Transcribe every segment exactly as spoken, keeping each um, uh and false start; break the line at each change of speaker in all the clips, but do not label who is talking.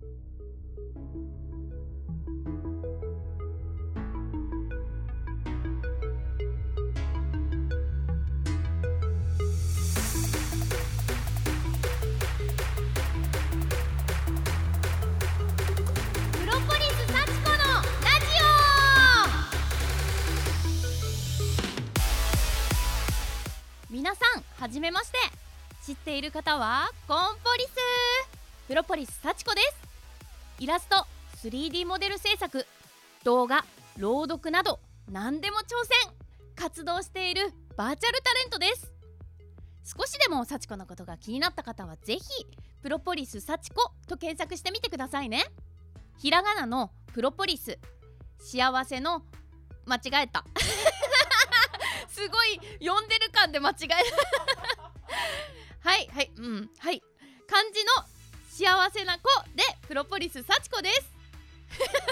プロポリス幸子のラジオ。皆さんはじめまして。知っている方はコンポリスプロポリス幸子です。イラスト スリーディー モデル制作、動画、朗読など何でも挑戦活動しているバーチャルタレントです。少しでも幸子のことが気になった方はぜひプロポリス幸子と検索してみてくださいね。ひらがなのプロポリス、幸せの間違えたすごい読んでる感で間違えたはいはいうんはい漢字の幸せな子でプロポリス幸子です大事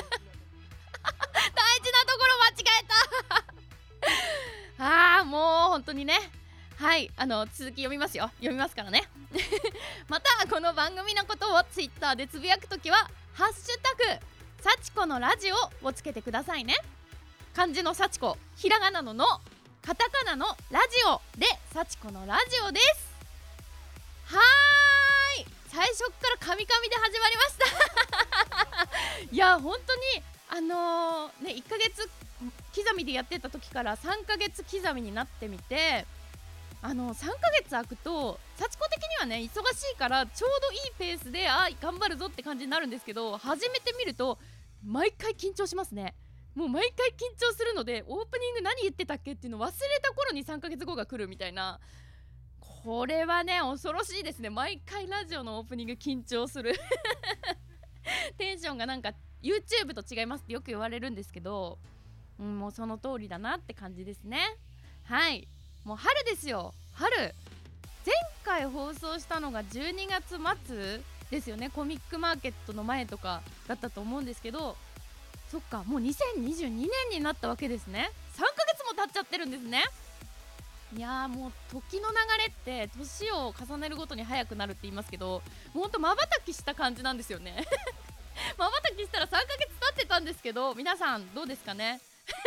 なところ間違えたあーもう本当にね。はいあの続き読みますよ読みますからねまたこの番組のことをツイッターでつぶやくときはハッシュタグ幸子のラジオをつけてくださいね。漢字の幸子、ひらがなのの、カタカナのラジオで幸子のラジオです。はーい最初からカミカミで始まりましたいや本当にあのー、ねいっかげつ刻みでやってた時からさんかげつ刻みになってみて、あのさんかげつ空くと幸子的にはね忙しいからちょうどいいペースであ頑張るぞって感じになるんですけど、始めてみると毎回緊張しますね。もう毎回緊張するので、オープニング何言ってたっけっていうの忘れた頃にさんかげつごが来るみたいな。これはね恐ろしいですね。毎回ラジオのオープニング緊張するテンションがなんか YouTube と違いますってよく言われるんですけど、うん、もうその通りだなって感じですね。はいもう春ですよ。春前回放送したのがじゅうにがつ末ですよね。コミックマーケットの前とかだったと思うんですけど、そっかもうにせんにじゅうにねんになったわけですね。さんかげつも経っちゃってるんですね。いやーもう時の流れって年を重ねるごとに早くなるって言いますけど、もうほんとまばたきした感じなんですよねまばたきしたらさんかげつ経ってたんですけど、皆さんどうですかね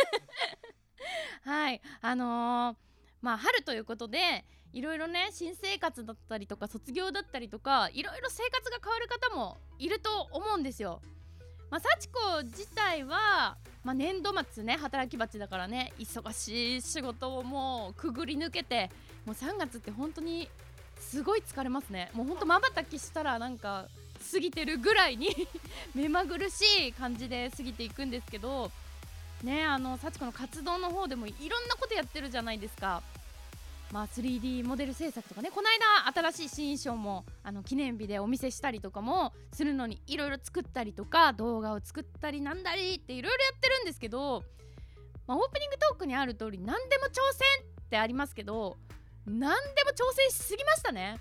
はいあのー、まあ春ということでいろいろね新生活だったりとか卒業だったりとかいろいろ生活が変わる方もいると思うんですよ。まあ、幸子自体は、まあ、年度末ね働き蜂だからね忙しい仕事をもうくぐり抜けて、もうさんがつって本当にすごい疲れますね。もうほんとまばたきしたらなんか過ぎてるぐらいに目まぐるしい感じで過ぎていくんですけどね。あの幸子の活動の方でもいろんなことやってるじゃないですか。まあ、スリーディー モデル制作とかね、この間新しい新衣装もあの記念日でお見せしたりとかもするのにいろいろ作ったりとか動画を作ったりなんだりっていろいろやってるんですけど、まあ、オープニングトークにある通り何でも挑戦ってありますけど、何でも挑戦しすぎましたね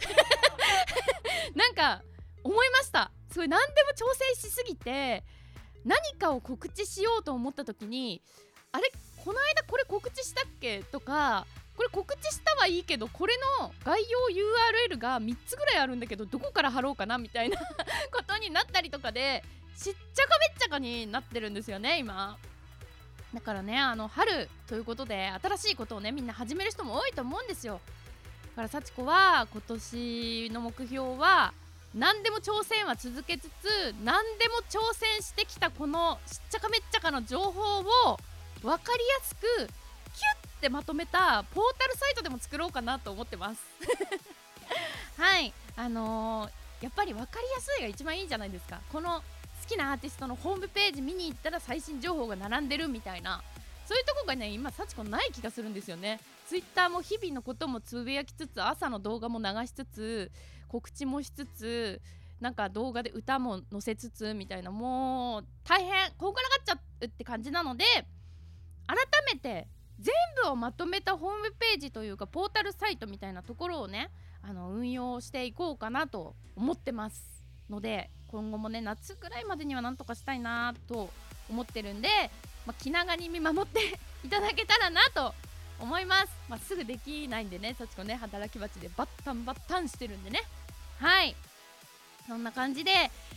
なんか思いました。すごい何でも挑戦しすぎて、何かを告知しようと思った時にあれこの間これ告知したっけとか、これ告知したはいいけどこれの概要 ユーアールエル がみっつぐらいあるんだけどどこから貼ろうかなみたいなことになったりとかで、しっちゃかめっちゃかになってるんですよね今。だからねあの春ということで新しいことをねみんな始める人も多いと思うんですよ。だから幸子は今年の目標は何でも挑戦は続けつつ、何でも挑戦してきたこのしっちゃかめっちゃかの情報を分かりやすくキュッてまとめたポータルサイトでも作ろうかなと思ってますはいあのー、やっぱり分かりやすいが一番いいじゃないですか。この好きなアーティストのホームページ見に行ったら最新情報が並んでるみたいな、そういうとこがね今幸子ない気がするんですよね。ツイッターも日々のこともつぶやきつつ、朝の動画も流しつつ、告知もしつつ、なんか動画で歌も載せつつみたいな、もう大変こんがらがっちゃうって感じなので、改めて全部をまとめたホームページというかポータルサイトみたいなところをねあの運用していこうかなと思ってますので、今後もね夏ぐらいまでにはなんとかしたいなと思ってるんで、まあ、気長に見守っていただけたらなと思います。まあ、すぐできないんでね、幸子ね働き蜂でバッタンバッタンしてるんでね。はいそんな感じで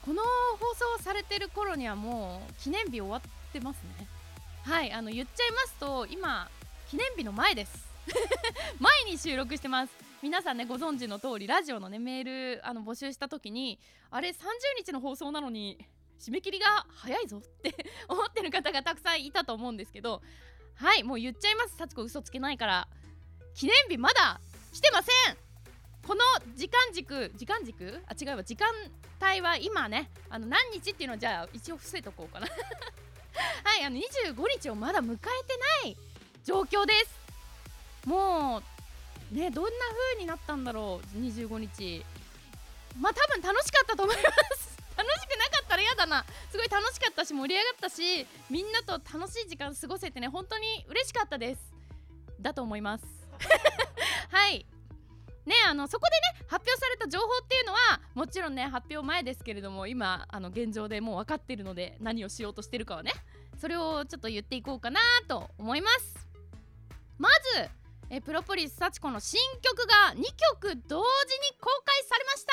この放送されてる頃にはもう記念日終わってますね。はい、あの言っちゃいますと今記念日の前です前に収録してます。皆さんねご存知の通りラジオのねメールあの募集した時にあれさんじゅうにちの放送なのに締め切りが早いぞって思ってる方がたくさんいたと思うんですけど、はい、もう言っちゃいます。幸子嘘つけないから、記念日まだ来てません。この時間軸時間軸あ違うわ時間帯は今ねあの何日っていうのはじゃあ一応伏せとこうかなはいあのにじゅうごにちをまだ迎えてない状況です。もうねどんな風になったんだろうにじゅうごにち。まあ多分楽しかったと思います楽しくなかったらやだな。すごい楽しかったし盛り上がったしみんなと楽しい時間過ごせてね本当に嬉しかったですだと思いますはいね、あのそこでね発表された情報っていうのはもちろんね発表前ですけれども今あの現状でもう分かっているので何をしようとしてるかはねそれをちょっと言っていこうかなと思います。まずえプロポリス幸子の新曲がにきょく同時に公開されました。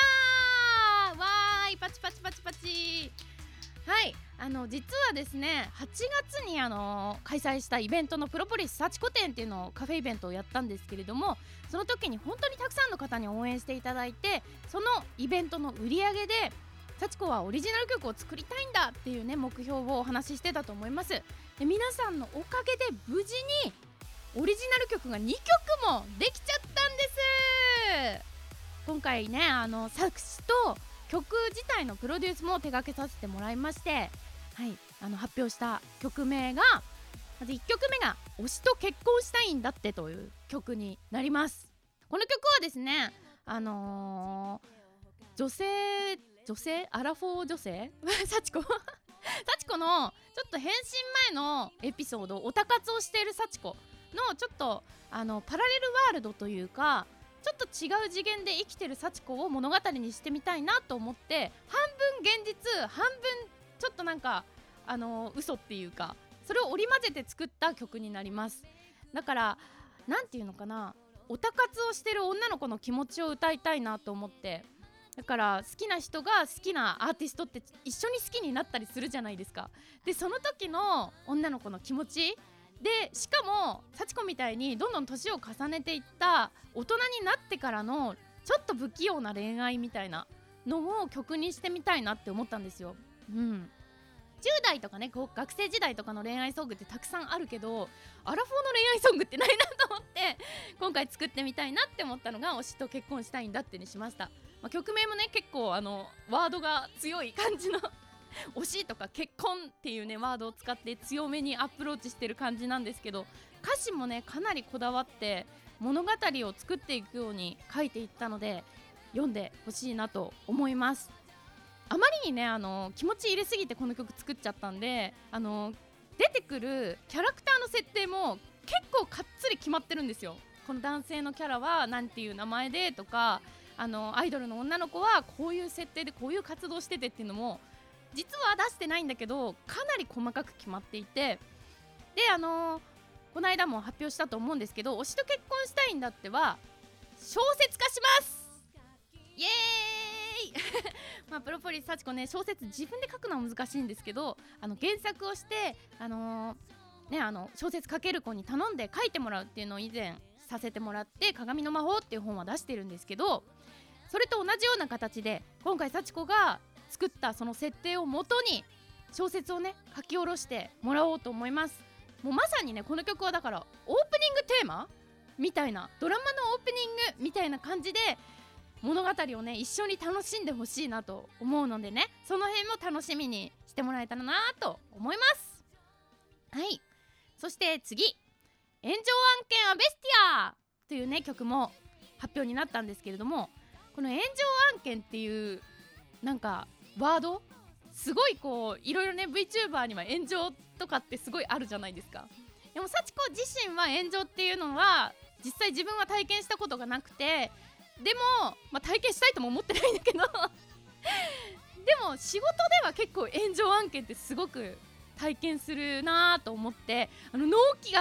わーいパチパチパチパチ。はいあの実はですねはちがつにあの開催したイベントのプロポリス幸子展っていうのをカフェイベントをやったんですけれども、その時に本当にたくさんの方に応援していただいてそのイベントの売り上げで幸子はオリジナル曲を作りたいんだっていうね目標をお話ししてたと思います。で皆さんのおかげで無事にオリジナル曲がにきょくもできちゃったんです。今回ねあの作詞と曲自体のプロデュースも手掛けさせてもらいまして、はい、あの発表した曲名がまずいっきょくめが推しと結婚したいんだってという曲になります。この曲はですねあのー、女性女性アラフォー女性幸子幸子のちょっと変身前のエピソードオタ活をしている幸子のちょっとあのパラレルワールドというかちょっと違う次元で生きてる幸子を物語にしてみたいなと思って半分現実半分ちょっとなんかあの嘘っていうかそれを織り交ぜて作った曲になります。だからなんていうのかなオタ活をしてる女の子の気持ちを歌いたいなと思って、だから好きな人が好きなアーティストって一緒に好きになったりするじゃないですか。でその時の女の子の気持ちでしかも幸子みたいにどんどん年を重ねていった大人になってからのちょっと不器用な恋愛みたいなのを曲にしてみたいなって思ったんですよ。うんじゅう代とかねこう学生時代とかの恋愛ソングってたくさんあるけどアラフォーの恋愛ソングってないなと思って今回作ってみたいなって思ったのが推しと結婚したいんだってにしました。まあ、曲名もね結構あのワードが強い感じの推しとか結婚っていうねワードを使って強めにアプローチしてる感じなんですけど、歌詞もねかなりこだわって物語を作っていくように書いていったので読んでほしいなと思います。あまりにねあの気持ち入れすぎてこの曲作っちゃったんであの出てくるキャラクターの設定も結構かっつり決まってるんですよ。この男性のキャラはなんていう名前でとかあのアイドルの女の子はこういう設定でこういう活動しててっていうのも実は出してないんだけどかなり細かく決まっていて、であのー、この間も発表したと思うんですけど推しと結婚したいんだっては小説化しますイエーイまあプロポリス幸子ね小説自分で書くのは難しいんですけどあの原作をしてあのー、ねあの小説書ける子に頼んで書いてもらうっていうのを以前させてもらって鏡の魔法っていう本は出してるんですけど、それと同じような形で今回幸子が作ったその設定をもとに小説をね書き下ろしてもらおうと思います。もうまさにねこの曲はだからオープニングテーマみたいなドラマのオープニングみたいな感じで物語をね一緒に楽しんでほしいなと思うのでねその辺も楽しみにしてもらえたらなと思います。はい、そして次炎上案件アベスティアというね曲も発表になったんですけれども、この炎上案件っていうなんかワードすごいこういろいろね VTuber には炎上とかってすごいあるじゃないですか。でも幸子自身は炎上っていうのは実際自分は体験したことがなくてでも、まあ、体験したいとも思ってないんだけどでも仕事では結構炎上案件ってすごく体験するなと思ってあの納期が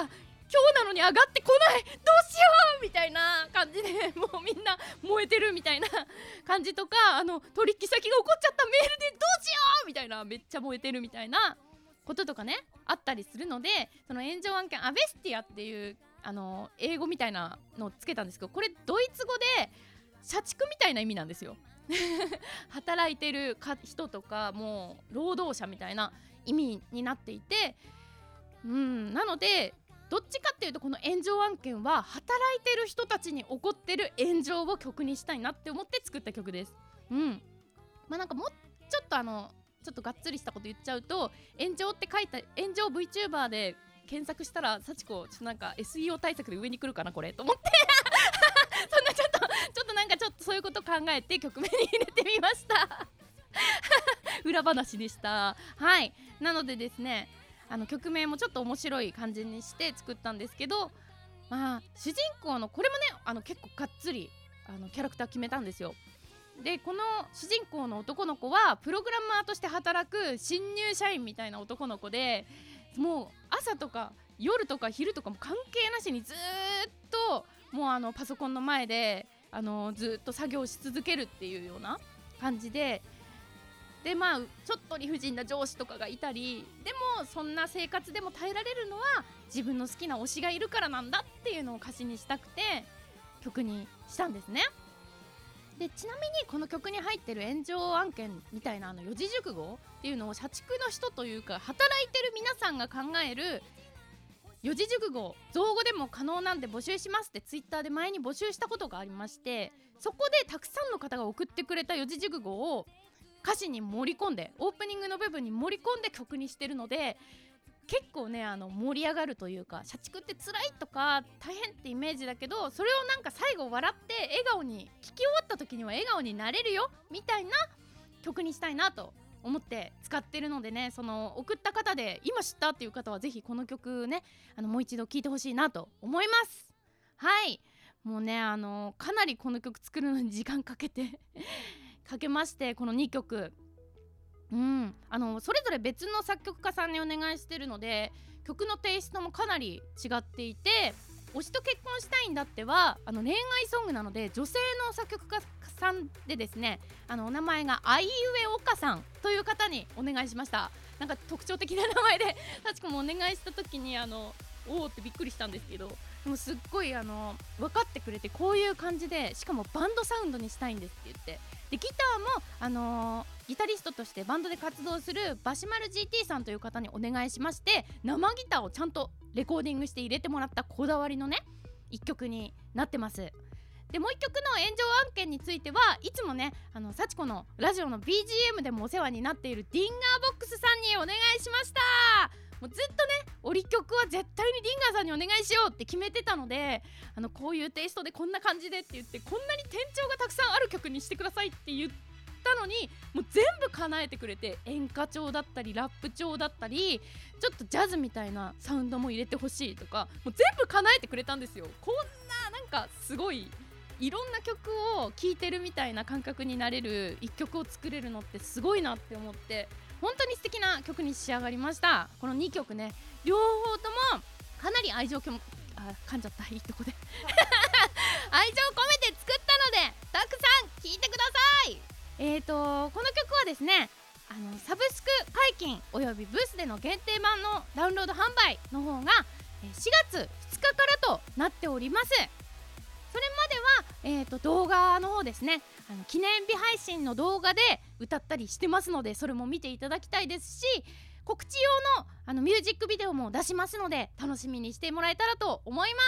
今日なのに上がってこない、どうしようみたいな感じで、もうみんな燃えてるみたいな感じとか、あの取引先が怒っちゃったメールでどうしようみたいな、めっちゃ燃えてるみたいなこととかねあったりするので、その炎上案件アベスティアっていうあの英語みたいなのをつけたんですけど、これドイツ語で社畜みたいな意味なんですよ働いてる人とかもう労働者みたいな意味になっていて、うんなのでどっちかっていうとこの炎上案件は働いてる人たちに起こってる炎上を曲にしたいなって思って作った曲です。うんまあなんかもうちょっとあのちょっとがっつりしたこと言っちゃうと、炎上って書いた炎上 VTuber で検索したら幸子ちょっとなんか エスイーオー 対策で上に来るかなこれと思ってそんなちょっとちょっとなんかちょっとそういうこと考えて曲名に入れてみました裏話でした。はいなのでですね、あの曲名もちょっと面白い感じにして作ったんですけど、まあ主人公のこれもねあの結構がっつりあのキャラクター決めたんですよ。でこの主人公の男の子はプログラマーとして働く新入社員みたいな男の子で、もう朝とか夜とか昼とかも関係なしにずーっともうあのパソコンの前であのずっと作業し続けるっていうような感じで、でまあちょっと理不尽な上司とかがいたり、でもそんな生活でも耐えられるのは自分の好きな推しがいるからなんだっていうのを歌詞にしたくて曲にしたんですね。でちなみにこの曲に入ってる炎上案件みたいなあの四字熟語っていうのを社畜の人というか働いてる皆さんが考える四字熟語、造語でも可能なんで募集しますってツイッターで前に募集したことがありまして、そこでたくさんの方が送ってくれた四字熟語を歌詞に盛り込んでオープニングの部分に盛り込んで曲にしてるので、結構ねあの盛り上がるというか、社畜って辛いとか大変ってイメージだけど、それをなんか最後笑って笑顔に聞き終わった時には笑顔になれるよみたいな曲にしたいなと思って使ってるのでね、その送った方で今知ったっていう方はぜひこの曲ねあのもう一度聴いてほしいなと思います。はいもうねあのかなりこの曲作るのに時間かけてかけまして、このにきょくうん、あのそれぞれ別の作曲家さんにお願いしてるので曲のテイストもかなり違っていて、推しと結婚したいんだってはあの恋愛ソングなので女性の作曲家さんでですね、あのお名前があいうえおかさんという方にお願いしました。なんか特徴的な名前で確かもお願いした時にあのおーってびっくりしたんですけど、でもすっごいあの分かってくれて、こういう感じでしかもバンドサウンドにしたいんですって言って、でギターも、あのー、ギタリストとしてバンドで活動するバシマル ジーティー さんという方にお願いしまして、生ギターをちゃんとレコーディングして入れてもらったこだわりのねいっきょくになってます。でもういっきょくの炎上案件についてはいつもねあの幸子のラジオの ビージーエム でもお世話になっているディンガーボックスさんにお願いしました。もうずっとね折曲は絶対にディンガーさんにお願いしようって決めてたので、あのこういうテイストでこんな感じでって言って、こんなに転調がたくさんある曲にしてくださいって言ったのにもう全部叶えてくれて、演歌調だったりラップ調だったりちょっとジャズみたいなサウンドも入れてほしいとか、もう全部叶えてくれたんですよ。こんななんかすごいいろんな曲を聴いてるみたいな感覚になれる一曲を作れるのってすごいなって思って、本当に素敵な曲に仕上がりました。このにきょくね両方ともかなり愛情きょあ噛んじゃったいいとこで愛情込めて作ったのでたくさん聴いてください。えーとこの曲はですねあのサブスク解禁およびブースでの限定版のダウンロード販売の方がしがつふつかからとなっております。それまでは、えーと動画の方ですね、あの記念日配信の動画で歌ったりしてますので、それも見ていただきたいですし、告知用の、あのミュージックビデオも出しますので楽しみにしてもらえたらと思います。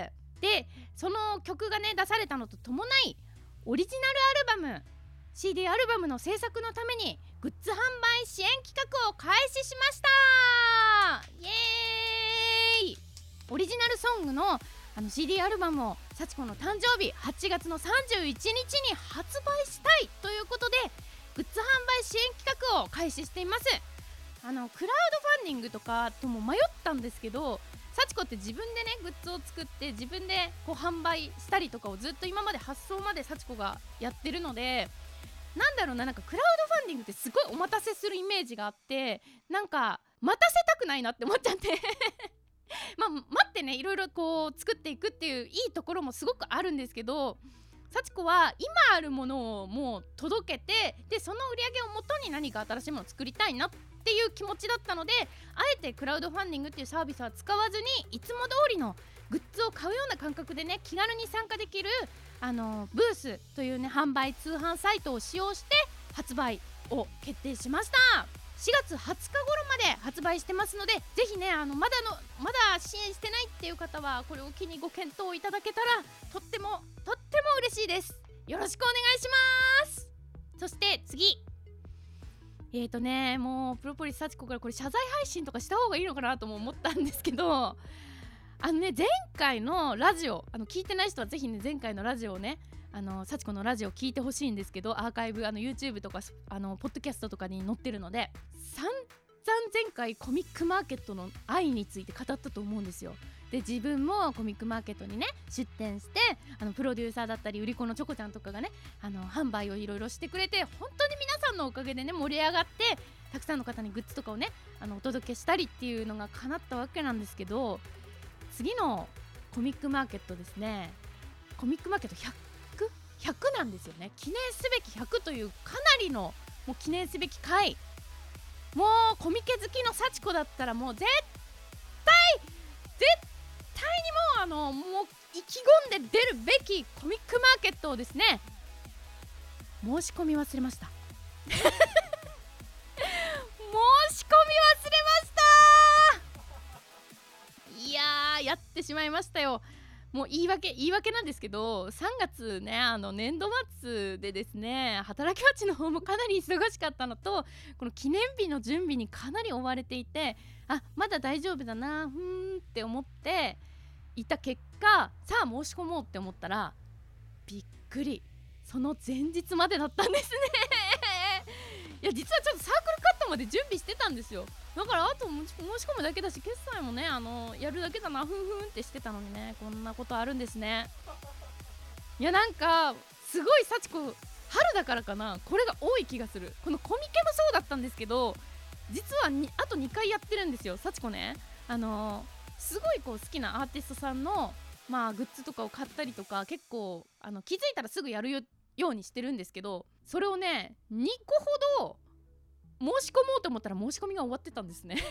でその曲がね出されたのと伴いオリジナルアルバム シーディー アルバムの制作のためにグッズ販売支援企画を開始しました。イエーイ。オリジナルソングのあの シーディー アルバムを幸子の誕生日はちがつのさんじゅういちにちに発売したいということでグッズ販売支援企画を開始しています。あのクラウドファンディングとかとも迷ったんですけど、幸子って自分でねグッズを作って自分でこう販売したりとかをずっと今まで発送まで幸子がやってるので、なんだろうな、なんかクラウドファンディングってすごいお待たせするイメージがあって、なんか待たせたくないなって思っちゃってまあ待ってね、いろいろこう作っていくっていういいところもすごくあるんですけど、幸子は今あるものをもう届けて、でその売り上げをもとに何か新しいものを作りたいなっていう気持ちだったので、あえてクラウドファンディングっていうサービスは使わずに、いつも通りのグッズを買うような感覚でね、気軽に参加できるあのブースというね販売通販サイトを使用して発売を決定しました。しがつはつか頃まで発売してますので、ぜひね、あのまだのまだ支援してないっていう方はこれを機にご検討いただけたらとってもとっても嬉しいです。よろしくお願いします。そして次、えーとねもうプロポリス幸子からこれ謝罪配信とかした方がいいのかなとも思ったんですけど、あのね前回のラジオ、あの聞いてない人はぜひね前回のラジオをね、あの幸子のラジオ聞いてほしいんですけど、アーカイブあの YouTube とかあのポッドキャストとかに載ってるので、散々前回コミックマーケットの愛について語ったと思うんですよ。で自分もコミックマーケットにね出店して、あのプロデューサーだったり売り子のチョコちゃんとかがねあの販売をいろいろしてくれて、本当に皆さんのおかげでね盛り上がって、たくさんの方にグッズとかをねあのお届けしたりっていうのが叶ったわけなんですけど、次のコミックマーケットですね、コミックマーケットひゃくひゃくなんですよね。記念すべきひゃくというかなりのもう記念すべき回、もうコミケ好きの幸子だったらもう絶対絶対にもうあのもう意気込んで出るべきコミックマーケットをですね申し込み忘れました申し込み忘れましたいやーやってしまいましたよ。もう言い訳言い訳なんですけど、さんがつねあの年度末でですね働き蜂の方もかなり忙しかったのと、この記念日の準備にかなり追われていて、あまだ大丈夫だなふーんって思っていた結果、さあ申し込もうって思ったらびっくり、その前日までだったんですねいや実はちょっとサークルカットまで準備してたんですよ。だからあと申し込むだけだし、決済もねあのやるだけだなふんふんってしてたのにね、こんなことあるんですね。いやなんかすごい幸子春だからかな、これが多い気がする。このコミケもそうだったんですけど、実はにあとにかいやってるんですよ幸子ね。あのー、すごいこう好きなアーティストさんのまあグッズとかを買ったりとか、結構あの気づいたらすぐやるよようにしてるんですけど、それをねにこほど申し込もうと思ったら申し込みが終わってたんですねいやも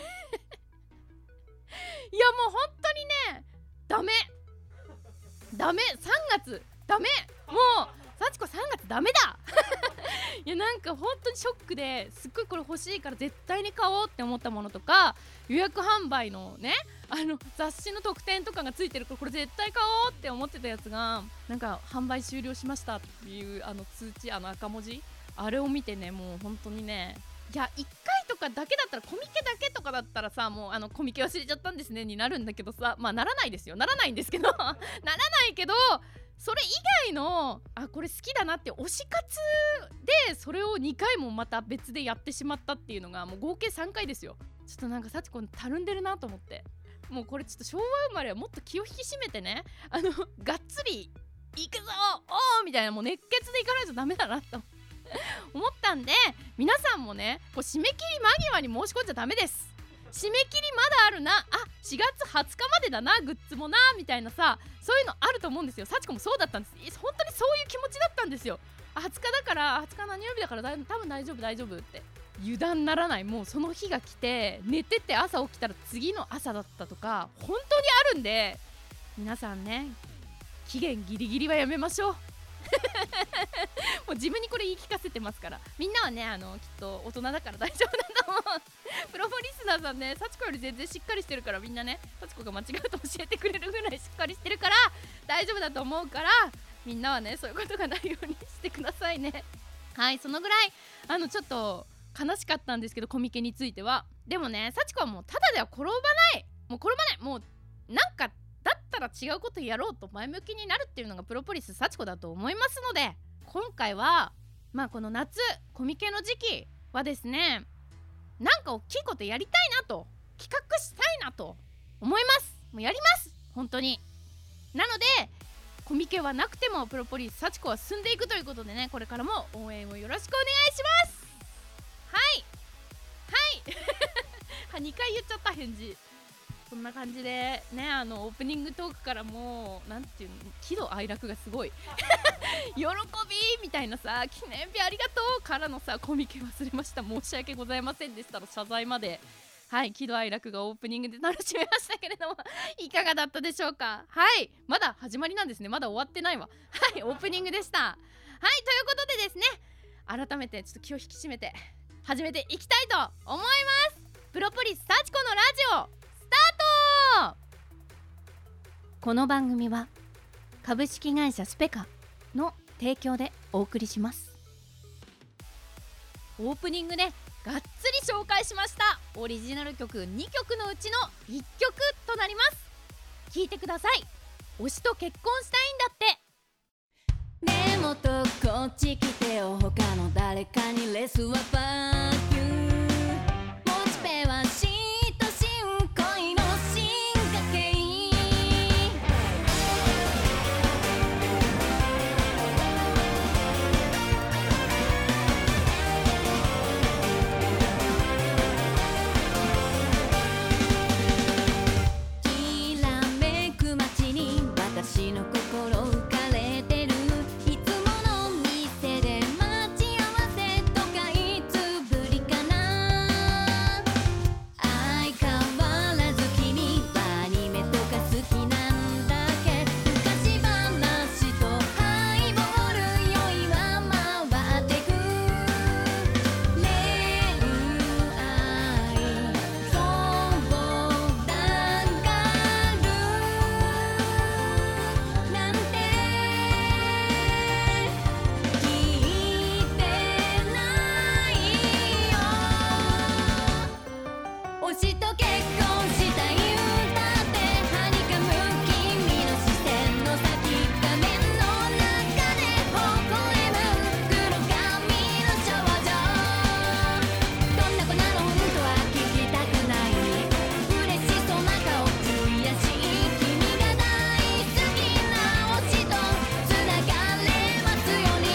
う本当にねダメダメさんがつダメ、もう幸子さんがつダメだいやなんか本当にショックで、すっごいこれ欲しいから絶対に買おうって思ったものとか、予約販売のねあの雑誌の特典とかがついてるからこれ絶対買おうって思ってたやつがなんか販売終了しましたっていうあの通知、あの赤文字、あれを見てねもう本当にね、いやいっかいとかだけだったら、コミケだけとかだったらさ、もうあのコミケ忘れちゃったんですねになるんだけどさ、まあならないですよ、ならないんですけどならないけど、それ以外のあこれ好きだなって推し活でそれをにかいもまた別でやってしまったっていうのがもう合計さんかいですよ。ちょっとなんか幸子たるんでるなと思って、もうこれちょっと昭和生まれはもっと気を引き締めてね、あのがっつり行くぞおーみたいな、もう熱血でいかないとダメだなと思ったんで、皆さんもねこう締め切り間際に申し込んじゃダメです。締め切りまだあるな、あしがつはつかまでだなグッズもなみたいなさ、そういうのあると思うんですよ。幸子もそうだったんです。本当にそういう気持ちだったんですよ。あはつかだから、はつか何曜日だからだ多分大丈夫大丈夫って油断ならない。もうその日が来て寝てて朝起きたら次の朝だったとか本当にあるんで、皆さんね期限ギリギリはやめましょうもう自分にこれ言い聞かせてますから、みんなはねあのきっと大人だから大丈夫だと思うプロフリスナーさんね、幸子より全然しっかりしてるから、みんなね幸子が間違うと教えてくれるぐらいしっかりしてるから大丈夫だと思うから、みんなはねそういうことがないようにしてくださいね。はい、そのぐらいあのちょっと悲しかったんですけど、コミケについては。でもね幸子はもうただでは転ばない、もう転ばない、もうなんかだったら違うことやろうと前向きになるっていうのがプロポリス幸子だと思いますので、今回はまあこの夏コミケの時期はですね、なんか大きいことやりたいなと、企画したいなと思います。もうやります本当に。なのでコミケはなくてもプロポリス幸子は進んでいくということでね、これからも応援をよろしくお願いします。はいはいにかい言っちゃった返事。 そんな感じでね、あのオープニングトークからもうなんていうの、喜怒哀楽がすごい喜びみたいなさ、記念日ありがとうからのさ、コミケ忘れました、申し訳ございませんでしたの謝罪まで、はい、喜怒哀楽がオープニングで楽しめましたけれどもいかがだったでしょうか。はい、まだ始まりなんですね、まだ終わってないわ。はい、オープニングでした。はい、ということでですね、改めてちょっと気を引き締めて始めていきたいと思います。プロポリス幸子のラジオスタート。この番組は株式会社スペカの提供でお送りします。オープニングでがっつり紹介しましたオリジナル曲にきょくのうちのいっきょくとなります。聴いてください。推しと結婚したいんだって。
根元こっち来てよ、他の誰かにレスはファーキュー、モチペは嫉妬深恋の進化系、きらめく街に私の心浮かれてる、いつもの店で待ち合わせとかいつぶりかな、相変わらず君はアニメとか好きなんだっけ、昔話とハイボール酔いは回ってく、恋愛相談があるなんて聞いてないよ、推しと結婚したい歌ってはにかむ君の視線の先、画面の中で微笑む黒髪の少女、どんな子なの本当は聞きたくない、嬉しそうな顔つやしい君が大好きな推しとつながれますように、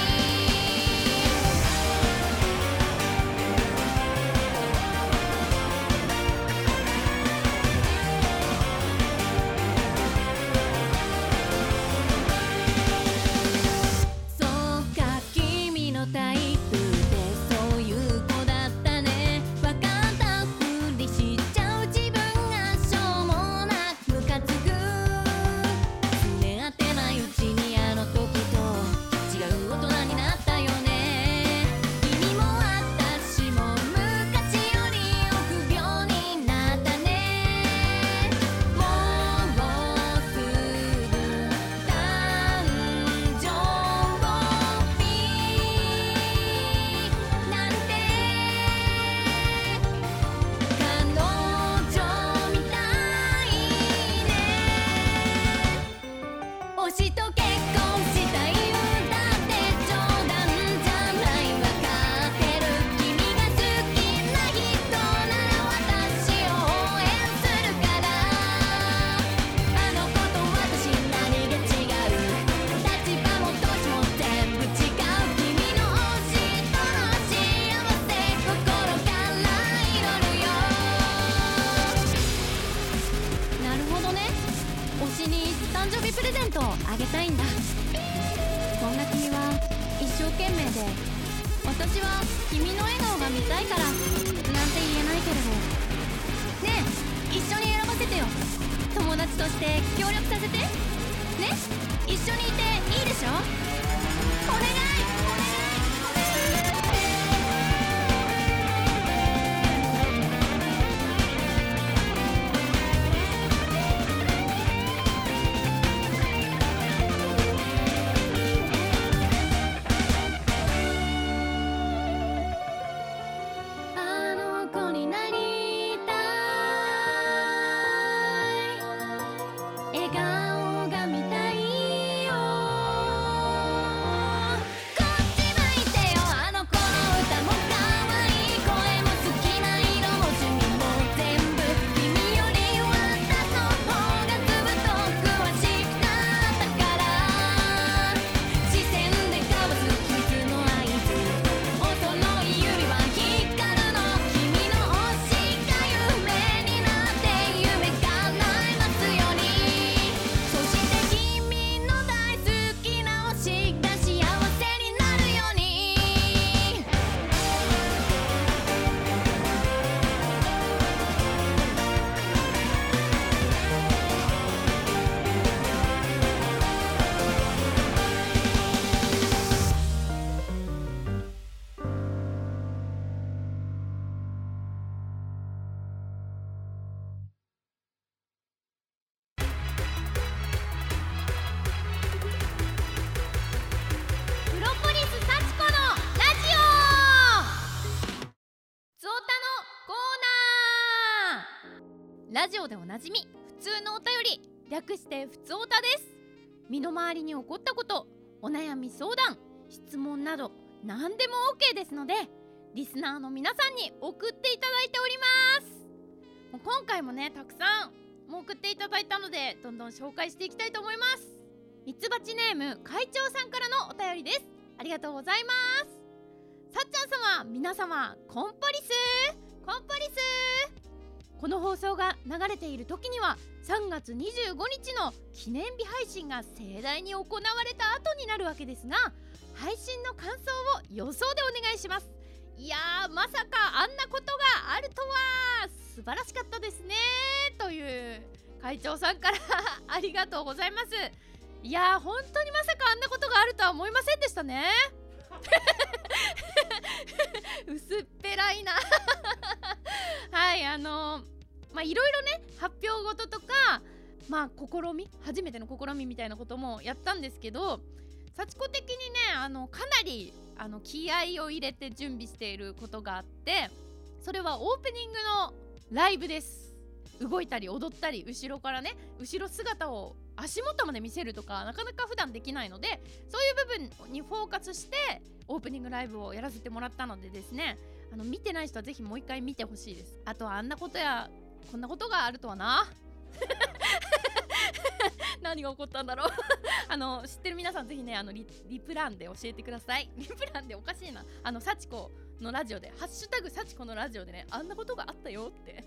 そうか君のタイプってそういう子だったね、わかったふりしちゃう自分がしょうもなくムカつく、すね当てないうちにあの時と違う大人になったよね、君も私も昔より臆病になったね、もうすぐ誕生日なんて彼女みたいね、推しと結婚したい歌って冗談じゃない、わかってる君が好きな人なら私を応援するから、あの子と私何が違う、立場も年も全部違う、君の推しとの幸せ心から祈るよ、なるほどね、推しに誕生日プレゼントをあげたいんだ、そんな君は一生懸命で、私は君の笑顔が見たいからなんて言えないけれど、ねえ一緒に選ばせてよ、友達として協力させてね、一緒にいていいでしょ、お願いお願いお願い。あの子になりたい、笑顔が見たいよ、
ジオでおなじみ普通のお便り、略してふつおたです。身の回りに起こったこと、お悩み相談、質問など何でも OK ですので、リスナーの皆さんに送っていただいております。もう今回もねたくさんもう送っていただいたので、どんどん紹介していきたいと思います。ミツバチネーム会長さんからのお便りです。ありがとうございます。さっちゃん様、皆様コンポリスコンポリス。この放送が流れている時にはさんがつにじゅうごにちの記念日配信が盛大に行われた後になるわけですが、配信の感想を予想でお願いします。いやー、まさかあんなことがあるとは。素晴らしかったですねという会長さんからありがとうございます。いやー、本当にまさかあんなことがあるとは思いませんでしたね薄っぺらいなはい、あのー、まあいろいろね発表事とか、まあ試み初めての試みみたいなこともやったんですけど、幸子的にねあのかなりあの気合を入れて準備していることがあって、それはオープニングのライブです。動いたり踊ったり、後ろからね後ろ姿を足元まで見せるとかなかなか普段できないので、そういう部分にフォーカスしてオープニングライブをやらせてもらったのでですね、あの見てない人はぜひもう一回見てほしいです。あとはあんなことやこんなことがあるとはな何が起こったんだろうあの知ってる皆さんぜひねあの リ, リプランで教えてください。リプランでおかしいな、あの幸子のラジオでハッシュタグ幸子のラジオでね、あんなことがあったよって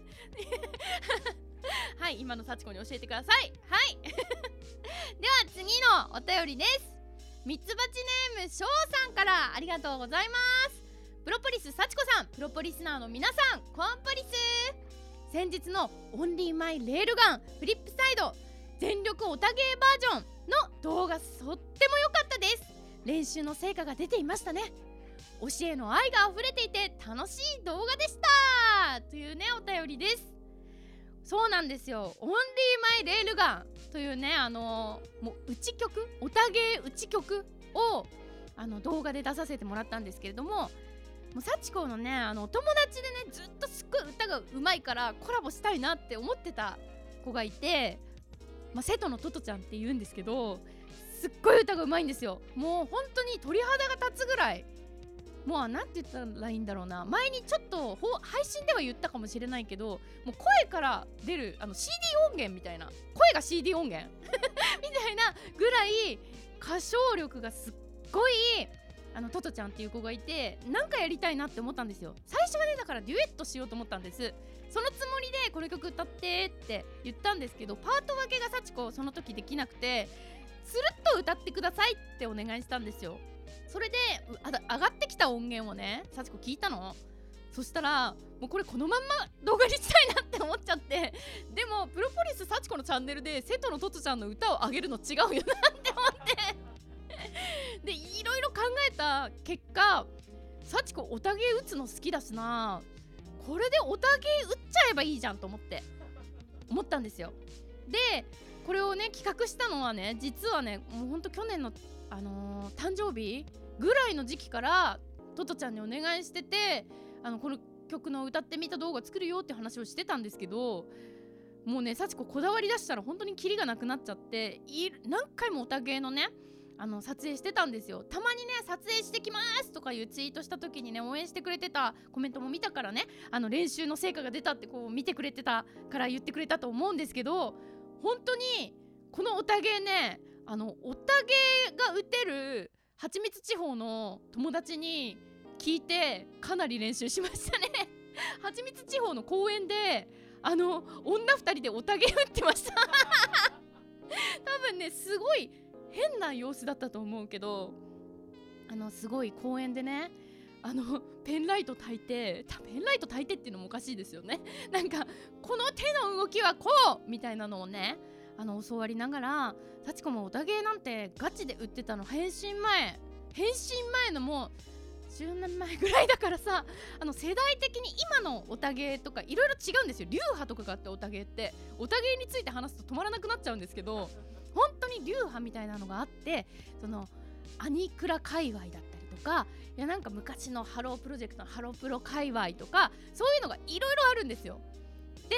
はい、今の幸子に教えてください。はいでは次のお便りです。ミツバチネーム翔さんからありがとうございます。プロポリス幸子さん、プロポリスナーの皆さん、コンポリス。先日のオンリーマイレールガンフリップサイド全力オタゲーバージョンの動画、とっても良かったです。練習の成果が出ていましたね。教えの愛が溢れていて楽しい動画でしたというねお便りです。そうなんですよ、オンリーマイレールガンというねあのー、もう打ち曲、オタゲー打ち曲をあの動画で出させてもらったんですけれども、もう幸子のねあのお友達でねずっとすっごい歌がうまいからコラボしたいなって思ってた子がいて、まあ、瀬戸のトトちゃんって言うんですけど、すっごい歌がうまいんですよ。もう本当に鳥肌が立つぐらい、もうなんて言ったらいいんだろうな、前にちょっと配信では言ったかもしれないけど、もう声から出るあの シーディー 音源みたいな、声が シーディー 音源みたいなぐらい歌唱力がすっごいあのトトちゃんっていう子がいて、なんかやりたいなって思ったんですよ。最初はねだからデュエットしようと思ったんです。そのつもりでこの曲歌ってって言ったんですけど、パート分けが幸子その時できなくて、スルッと歌ってくださいってお願いしたんですよ。それであだ上がってきた音源をね幸子聞いたの。そしたらもうこれこのまんま動画にしたいなって思っちゃって、でもプロポリス幸子のチャンネルで瀬戸のトトちゃんの歌を上げるの違うよなって思ってでいろいろ考えた結果、幸子オタゲー打つの好きだしな、これでオタゲー打っちゃえばいいじゃんと思って思ったんですよ。でこれをね企画したのはね、実はねもうほんと去年の、あのー、誕生日ぐらいの時期からトトちゃんにお願いしてて、あのこの曲の歌ってみた動画作るよって話をしてたんですけど、もうね幸子こだわり出したら本当にキリがなくなっちゃって、い何回もオタゲーのねあの撮影してたんですよ。たまにね撮影してきますとかいうツイートした時にね応援してくれてたコメントも見たからね、あの練習の成果が出たってこう見てくれてたから言ってくれたと思うんですけど、本当にこのオタゲーね、あのオタゲーが打てるはちみつ地方の友達に聞いてかなり練習しましたねはちみつ地方の公園であの女ふたりでオタゲー打ってました多分ねすごい変な様子だったと思うけど、あのすごい公園でねあのペンライト焚いて、ペンライト焚いてっていうのもおかしいですよねなんかこの手の動きはこうみたいなのをねあの教わりながら、幸子もオタゲーなんてガチで売ってたの変身前変身前のもうじゅうねんまえぐらいだからさ、あの世代的に今のオタゲーとかいろいろ違うんですよ。流派とかがあって、オタゲーってオタゲーについて話すと止まらなくなっちゃうんですけど、本当に流派みたいなのがあって、そのアニクラ界隈だったりとか、いやなんか昔のハロープロジェクトのハロプロ界隈とか、そういうのがいろいろあるんですよ。で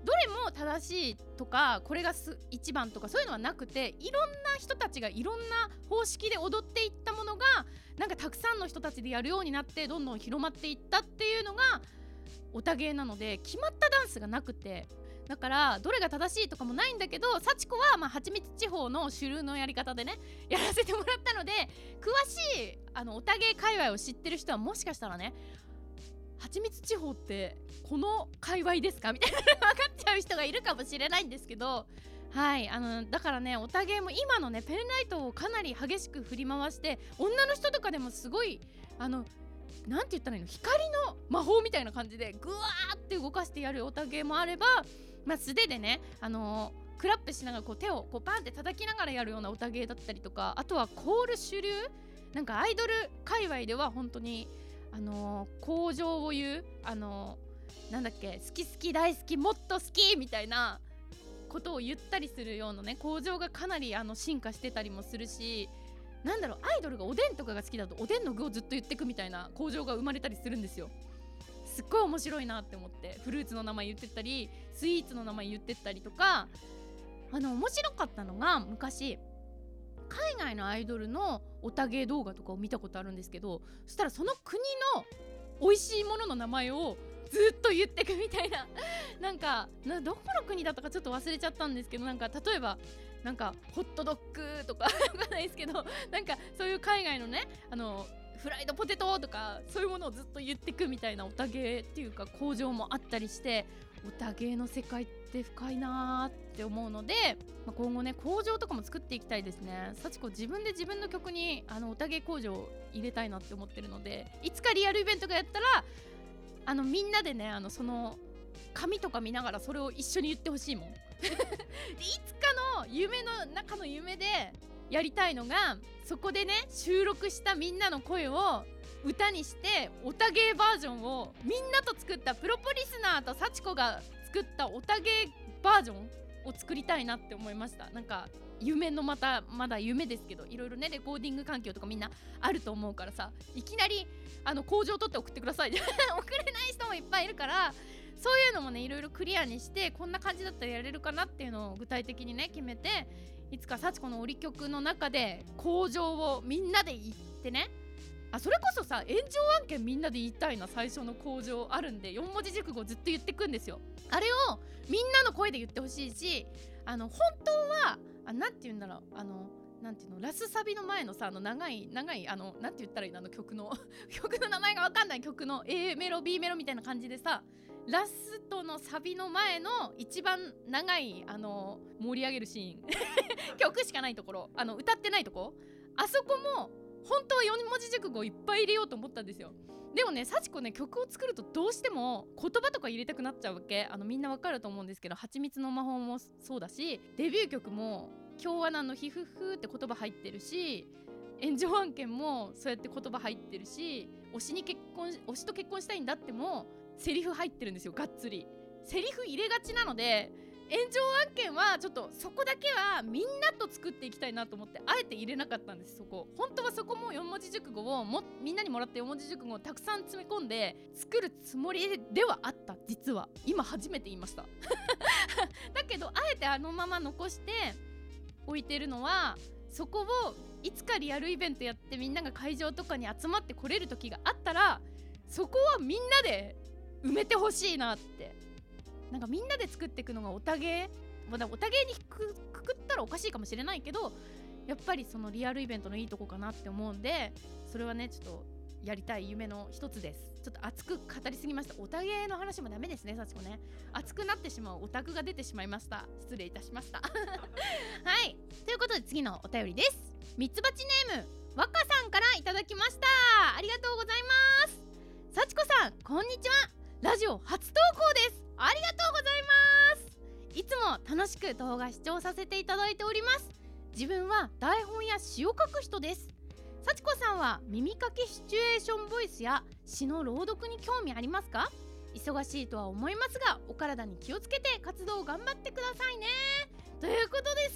どれも正しいとかこれがす一番とかそういうのはなくて、いろんな人たちがいろんな方式で踊っていったものがなんかたくさんの人たちでやるようになってどんどん広まっていったっていうのがオタ芸なので、決まったダンスがなくて、だからどれが正しいとかもないんだけど、幸子はまあはちみつ地方の主流のやり方でねやらせてもらったので、詳しいあのオタ芸界隈を知ってる人はもしかしたらね、はちみつ地方ってこの界隈ですかみたいな分かっちゃう人がいるかもしれないんですけど、はいあのだからね、オタ芸も今のねペンライトをかなり激しく振り回して、女の人とかでもすごいあのなんて言ったらいいの、光の魔法みたいな感じでグワーって動かしてやるオタ芸もあれば、まあ、素手でね、あのー、クラップしながらこう手をこうパンって叩きながらやるようなオタ芸だったりとか、あとはコール主流、なんかアイドル界隈では本当にあのー、向上を言う、あのー、なんだっけ、好き好き大好きもっと好きみたいなことを言ったりするようなね、向上がかなりあの進化してたりもするし、なんだろう、アイドルがおでんとかが好きだとおでんの具をずっと言ってくみたいな向上が生まれたりするんですよ。すっごい面白いなって思って、フルーツの名前言ってったりスイーツの名前言ってったりとか、あの面白かったのが、昔海外のアイドルのオタ芸動画とかを見たことあるんですけど、そしたらその国の美味しいものの名前をずっと言ってくみたいななんかな、どこの国だったかちょっと忘れちゃったんですけど、なんか例えばなんかホットドッグとかわかんないですけど、なんかそういう海外のね、あのフライドポテトとかそういうものをずっと言ってくみたいなオタ芸っていうか向上もあったりして、オタ芸の世界って深いなーって思うので、まあ、今後ね向上とかも作っていきたいですね。幸子自分で自分の曲にあのオタ芸向上を入れたいなって思ってるので、いつかリアルイベントがやったらあのみんなでね、あのその紙とか見ながらそれを一緒に言ってほしいもんいつかの夢の中の夢でやりたいのが、そこでね収録したみんなの声を歌にしてオタ芸バージョンをみんなと作った、プロポリスナーと幸子が作ったオタ芸バージョンを作りたいなって思いました。なんか夢のまたまだ夢ですけど、いろいろねレコーディング環境とかみんなあると思うからさ、いきなりあの工場取って送ってください送れない人もいっぱいいるから、そういうのもねいろいろクリアにして、こんな感じだったらやれるかなっていうのを具体的にね決めて、いつか幸子の折曲の中で工場をみんなで言ってね、あそれこそさ炎上案件みんなで言いたいな、最初の工場あるんでよん文字熟語ずっと言ってくんですよ。あれをみんなの声で言ってほしいし、あの本当はあなんて言うんだろう、あのなんていうの、ラスサビの前のさ、あの長い長いあのなんて言ったらいいの、あの曲の曲の名前が分かんない曲の A メロ B メロみたいな感じでさ、ラストのサビの前の一番長いあの盛り上げるシーン曲しかないところ、あの歌ってないとこ、あそこも本当はよん文字熟語いっぱい入れようと思ったんですよ。でもね幸子ね曲を作るとどうしても言葉とか入れたくなっちゃうわけ。あのみんなわかると思うんですけど、はちみつの魔法もそうだし、デビュー曲も京アナのヒフフって言葉入ってるし、炎上案件もそうやって言葉入ってるし、推しに結婚推しと結婚したいんだってもセリフ入ってるんですよ。がっつりセリフ入れがちなので、炎上案件はちょっとそこだけはみんなと作っていきたいなと思ってあえて入れなかったんです。そこ本当はそこもよん文字熟語をもみんなにもらってよん文字熟語をたくさん詰め込んで作るつもりではあった。実は今初めて言いましただけどあえてあのまま残して置いてるのは、そこをいつかリアルイベントやってみんなが会場とかに集まってこれる時があったら、そこはみんなで埋めてほしいなって。なんかみんなで作っていくのがオタ芸、まだオタ芸にくくったらおかしいかもしれないけど、やっぱりそのリアルイベントのいいとこかなって思うんで、それはねちょっとやりたい夢の一つです。ちょっと熱く語りすぎました。オタ芸の話もダメですね、幸子ね。熱くなってしまうオタクが出てしまいました。失礼いたしましたはいということで次のお便りです。ミツバチネーム若さんからいただきました。ありがとうございます。幸子さんこんにちは。ラジオ初投稿です。ありがとうございます。いつも楽しく動画視聴させていただいております。自分は台本や詩を書く人です。幸子さんは耳かけシチュエーションボイスや詩の朗読に興味ありますか？忙しいとは思いますがお体に気をつけて活動を頑張ってくださいね、ということです。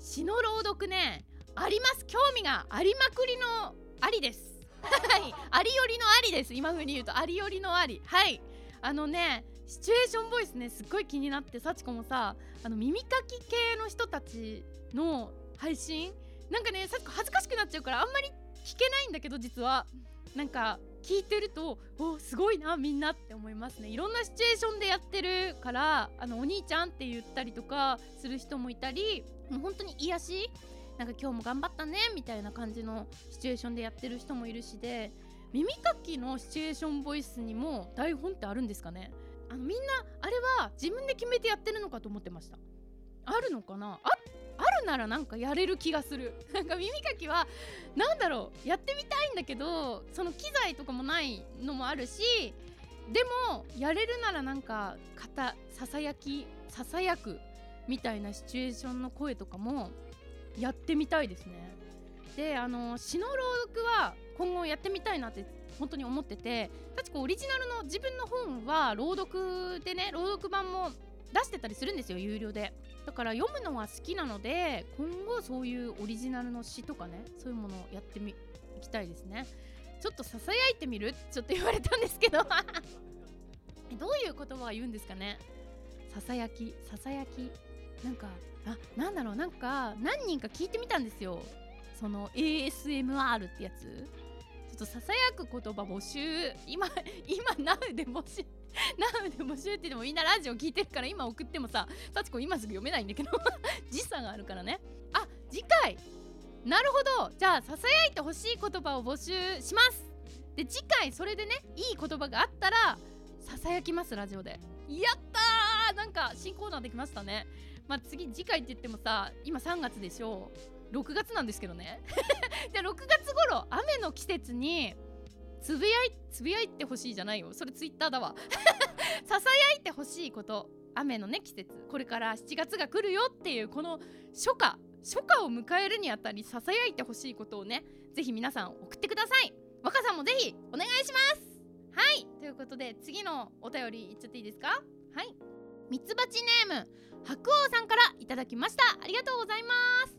詩の朗読ね、あります。興味がありまくりのありですはい、ありよりのありです。今風に言うとありよりのあり。はい、あのねシチュエーションボイスねすっごい気になって、幸子もさあの耳かき系の人たちの配信なんかね幸子恥ずかしくなっちゃうからあんまり聞けないんだけど、実はなんか聞いてるとおすごいなみんなって思いますね。いろんなシチュエーションでやってるから、あのお兄ちゃんって言ったりとかする人もいたり、もう本当に癒しなんか今日も頑張ったねみたいな感じのシチュエーションでやってる人もいるしで、耳かきのシチュエーションボイスにも台本ってあるんですかね。あのみんなあれは自分で決めてやってるのかと思ってました。あるのかな。ああるならなんかやれる気がする。なんか耳かきはなんだろうやってみたいんだけど、その機材とかもないのもあるし、でもやれるならなんか肩ささやきささやくみたいなシチュエーションの声とかもやってみたいですね。であの詩の朗読は今後やってみたいなって本当に思ってて、確かオリジナルの自分の本は朗読でね、朗読版も出してたりするんですよ、有料で。だから読むのは好きなので、今後そういうオリジナルの詩とかね、そういうものをやってみいきたいですね。ちょっとささやいてみるちょっと言われたんですけどどういう言葉を言うんですかね。ささやきささやきなんかあなんだろうなんか何人か聞いてみたんですよ、その エーエスエムアール ってやつ。ちょっとささやく言葉募集、今今 Now で募集Now で募集って言ってもみんなラジオ聞いてるから今送ってもさ、幸子今すぐ読めないんだけど時差があるからね。あ次回なるほど、じゃあささやいてほしい言葉を募集します。で次回それでねいい言葉があったらささやきます、ラジオで。やったー、なんか新コーナーできましたね。まあ次次回って言ってもさ今さんがつでしょ、ろくがつなんですけどねでろくがつ頃雨の季節につぶやいつぶやいてほしいじゃないよ、それツイッターだわささやいてほしいこと、雨のね季節、これからしちがつが来るよっていうこの初夏初夏を迎えるにあたりささやいてほしいことをね、ぜひ皆さん送ってください。若さんもぜひお願いします。はいということで次のお便りいっちゃっていいですか。はい、ミツバチネーム白王さんからいただきました。ありがとうございます。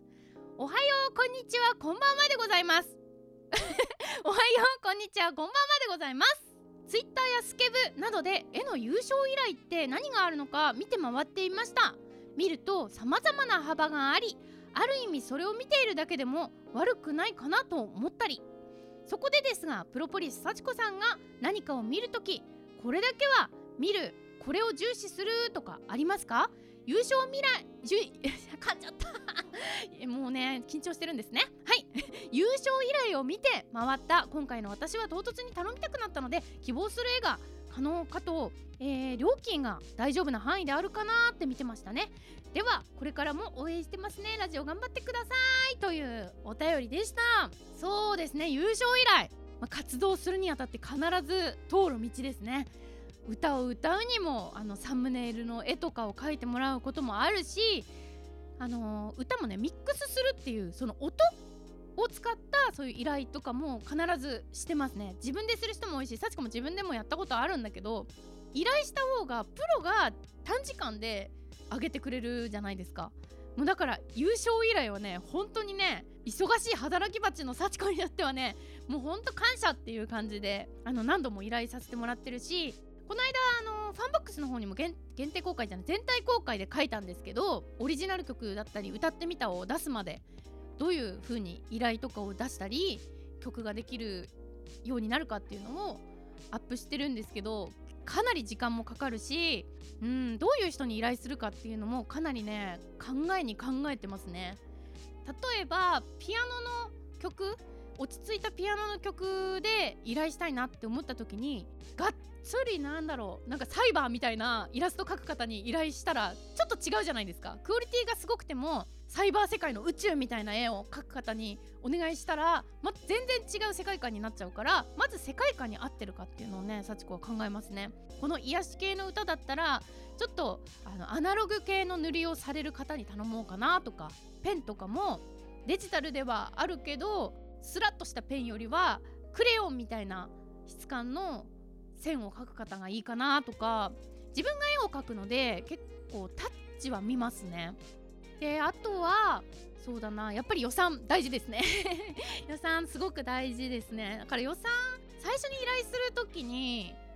おはようこんにちはこんばんはでございますおはようこんにちはこんばんはでございます。ツイッターやスケブなどで絵の優勝依頼って何があるのか見て回っていました。見ると様々な幅があり、ある意味それを見ているだけでも悪くないかなと思ったり、そこでですがプロポリス幸子さんが何かを見るときこれだけは見る、これを重視するとかありますか。優勝未来じゅ噛んじゃったもうね緊張してるんですね。はい優勝依頼を見て回った今回の私は唐突に頼みたくなったので、希望する絵が可能かと、えー、料金が大丈夫な範囲であるかなって見てましたね。ではこれからも応援してますね、ラジオ頑張ってくださいというお便りでした。そうですね、優勝依頼、まあ、活動するにあたって必ず通る道ですね。歌を歌うにもあのサムネイルの絵とかを描いてもらうこともあるし、あのー、歌もねミックスするっていうその音を使ったそういう依頼とかも必ずしてますね。自分でする人も多いし、幸子も自分でもやったことあるんだけど、依頼した方がプロが短時間で上げてくれるじゃないですか。もうだから優勝依頼はね本当にね忙しい働き蜂の幸子によってはねもう本当感謝っていう感じであの何度も依頼させてもらってるし、この間あのファンボックスの方にも 限, 限定公開じゃない全体公開で書いたんですけど、オリジナル曲だったり歌ってみたを出すまでどういう風に依頼とかを出したり曲ができるようになるかっていうのをアップしてるんですけど、かなり時間もかかるし、うん、どういう人に依頼するかっていうのもかなりね考えに考えてますね。例えばピアノの曲、落ち着いたピアノの曲で依頼したいなって思った時にがっつりなんだろうなんかサイバーみたいなイラスト描く方に依頼したらちょっと違うじゃないですか。クオリティがすごくてもサイバー世界の宇宙みたいな絵を描く方にお願いしたら、ま、全然違う世界観になっちゃうから、まず世界観に合ってるかっていうのをね幸子は考えますね。この癒し系の歌だったらちょっとあのアナログ系の塗りをされる方に頼もうかなとか、ペンとかもデジタルではあるけどスラッとしたペンよりはクレヨンみたいな質感の線を描く方がいいかなとか、自分が絵を描くので結構タッチは見ますね。であとはそうだな、やっぱり予算大事ですね予算すごく大事ですね。だから予算最初に依頼するときに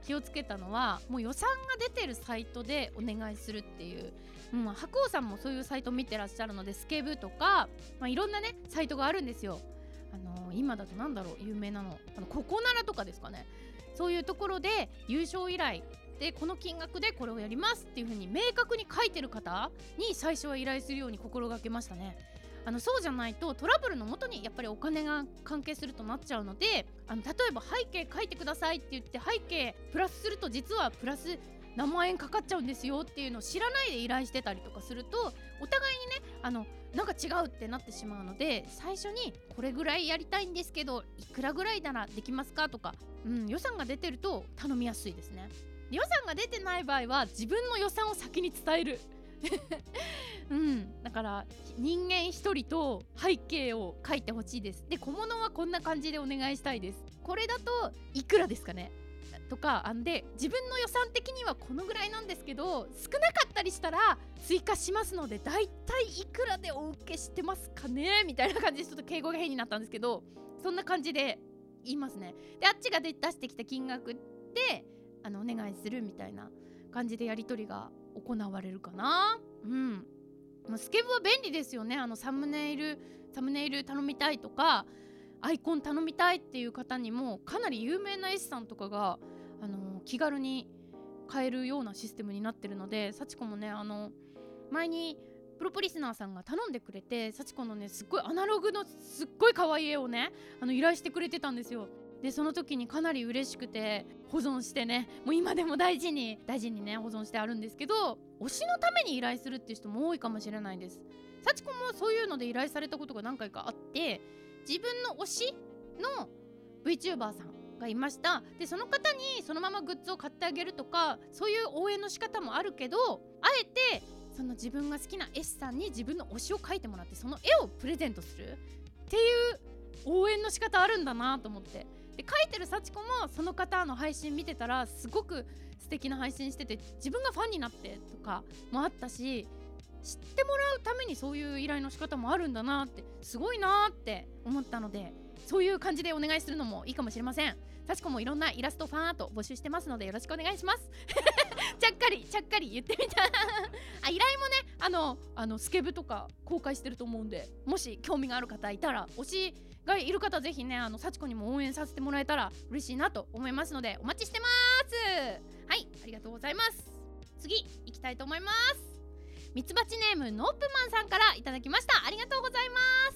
気をつけたのは、もう予算が出てるサイトでお願いするっていう、うん、白鸚さんもそういうサイト見てらっしゃるので、スケブとか、まあ、いろんなねサイトがあるんですよ。あのー、今だとなんだろう有名なの、あのココナラとかですかね。そういうところで優勝依頼でこの金額でこれをやりますっていう風に明確に書いてる方に最初は依頼するように心がけましたね。あのそうじゃないとトラブルの元にやっぱりお金が関係するとなっちゃうので、あの例えば背景書いてくださいって言って背景プラスすると実はプラス何万円かかっちゃうんですよっていうのを知らないで依頼してたりとかすると、お互いにねあのなんか違うってなってしまうので、最初にこれぐらいやりたいんですけどいくらぐらいならできますかとか、うん、予算が出てると頼みやすいですね。予算が出てない場合は自分の予算を先に伝えるうん、だから人間一人と背景を書いてほしいです。で小物はこんな感じでお願いしたいです。これだといくらですかねとか、あんで自分の予算的にはこのぐらいなんですけど少なかったりしたら追加しますのでだいたいいくらでお受けしてますかねみたいな感じで、ちょっと敬語が変になったんですけど、そんな感じで言いますね。であっちがで出してきた金額であのお願いするみたいな感じでやり取りが行われるかな。うん、スケブは便利ですよね。あのサムネイルサムネイル頼みたいとかアイコン頼みたいっていう方にもかなり有名な絵師さんとかが、あの気軽に買えるようなシステムになってるので、幸子もねあの前にプロポリスナーさんが頼んでくれて、幸子のねすっごいアナログのすっごい可愛い絵をねあの依頼してくれてたんですよ。でその時にかなり嬉しくて保存してね、もう今でも大事に大事にね保存してあるんですけど、推しのために依頼するっていう人も多いかもしれないです。幸子もそういうので依頼されたことが何回かあって、自分の推しの VTuber さんがいました。でその方にそのままグッズを買ってあげるとか、そういう応援の仕方もあるけど、あえてその自分が好きな絵師さんに自分の推しを描いてもらってその絵をプレゼントするっていう応援の仕方あるんだなと思って、で書いてる幸子もその方の配信見てたらすごく素敵な配信してて、自分がファンになってとかもあったし、知ってもらうためにそういう依頼の仕方もあるんだなって、すごいなって思ったので、そういう感じでお願いするのもいいかもしれません。幸子もいろんなイラストファンアート募集してますのでよろしくお願いしますちゃっかりちゃっかり言ってみたあ、依頼もねあのあのスケブとか公開してると思うんで、もし興味がある方いたら、推しがいる方ぜひねあの幸子にも応援させてもらえたら嬉しいなと思いますのでお待ちしてます。はい、ありがとうございます。次行きたいと思います。ミツバチネームノープマンさんからいただきました。ありがとうございます。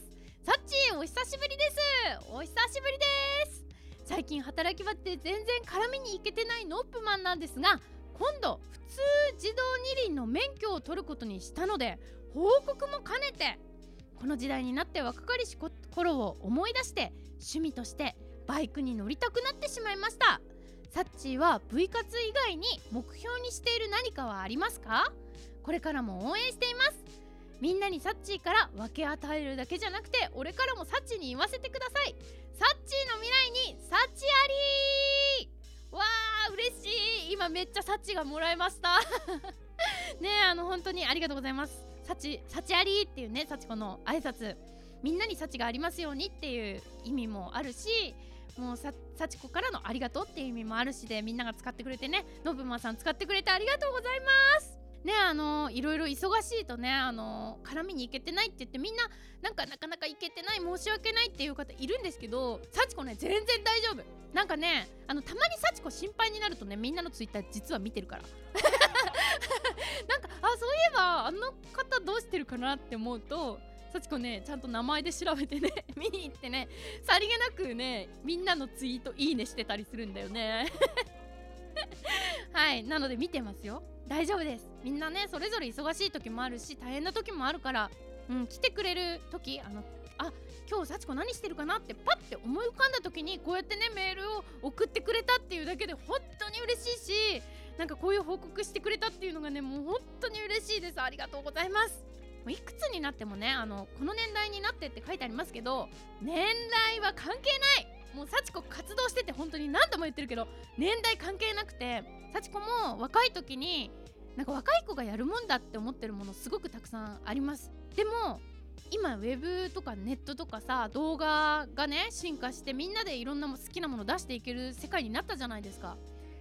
さっちーお久しぶりです。お久しぶりです。最近働き場って全然絡みに行けてないノープマンなんですが、今度普通自動二輪の免許を取ることにしたので報告も兼ねて、この時代になって若かりし頃を思い出して趣味としてバイクに乗りたくなってしまいました。サッチーは V 活以外に目標にしている何かはありますか？これからも応援しています。みんなにサッチーから分け与えるだけじゃなくて俺からもサッチーに言わせてください。サッチーの未来にサッチありー。わー嬉しい。今めっちゃサッチがもらえましたねえ、あの本当にありがとうございます。サチサチありっていうね、サチコの挨拶、みんなにサチがありますようにっていう意味もあるし、もうさサチコからのありがとうっていう意味もあるしで、みんなが使ってくれてね、ノブマさん使ってくれてありがとうございますね。あのいろいろ忙しいとね、あの絡みに行けてないって言ってみんななんかなかなか行けてない、申し訳ないっていう方いるんですけど、サチコね全然大丈夫。なんかね、あのたまにサチコ心配になるとね、みんなのツイッター実は見てるからなんかあそういえばあの方どうしてるかなって思うと、サチコねちゃんと名前で調べてね見に行ってね、さりげなくねみんなのツイートいいねしてたりするんだよねはい、なので見てますよ。大丈夫です。みんなねそれぞれ忙しい時もあるし大変な時もあるから、うん、来てくれる時、あのあ今日幸子何してるかなってパッて思い浮かんだ時にこうやってねメールを送ってくれたっていうだけで本当に嬉しいし、なんかこういう報告してくれたっていうのがねもう本当に嬉しいです。ありがとうございます。もういくつになってもね、あのこの年代になってって書いてありますけど、年代は関係ない。もう幸子活動してて本当に何度も言ってるけど年代関係なくて、幸子も若い時になんか若い子がやるもんだって思ってるものすごくたくさんあります。でも今ウェブとかネットとかさ動画がね進化してみんなでいろんな好きなもの出していける世界になったじゃないですか。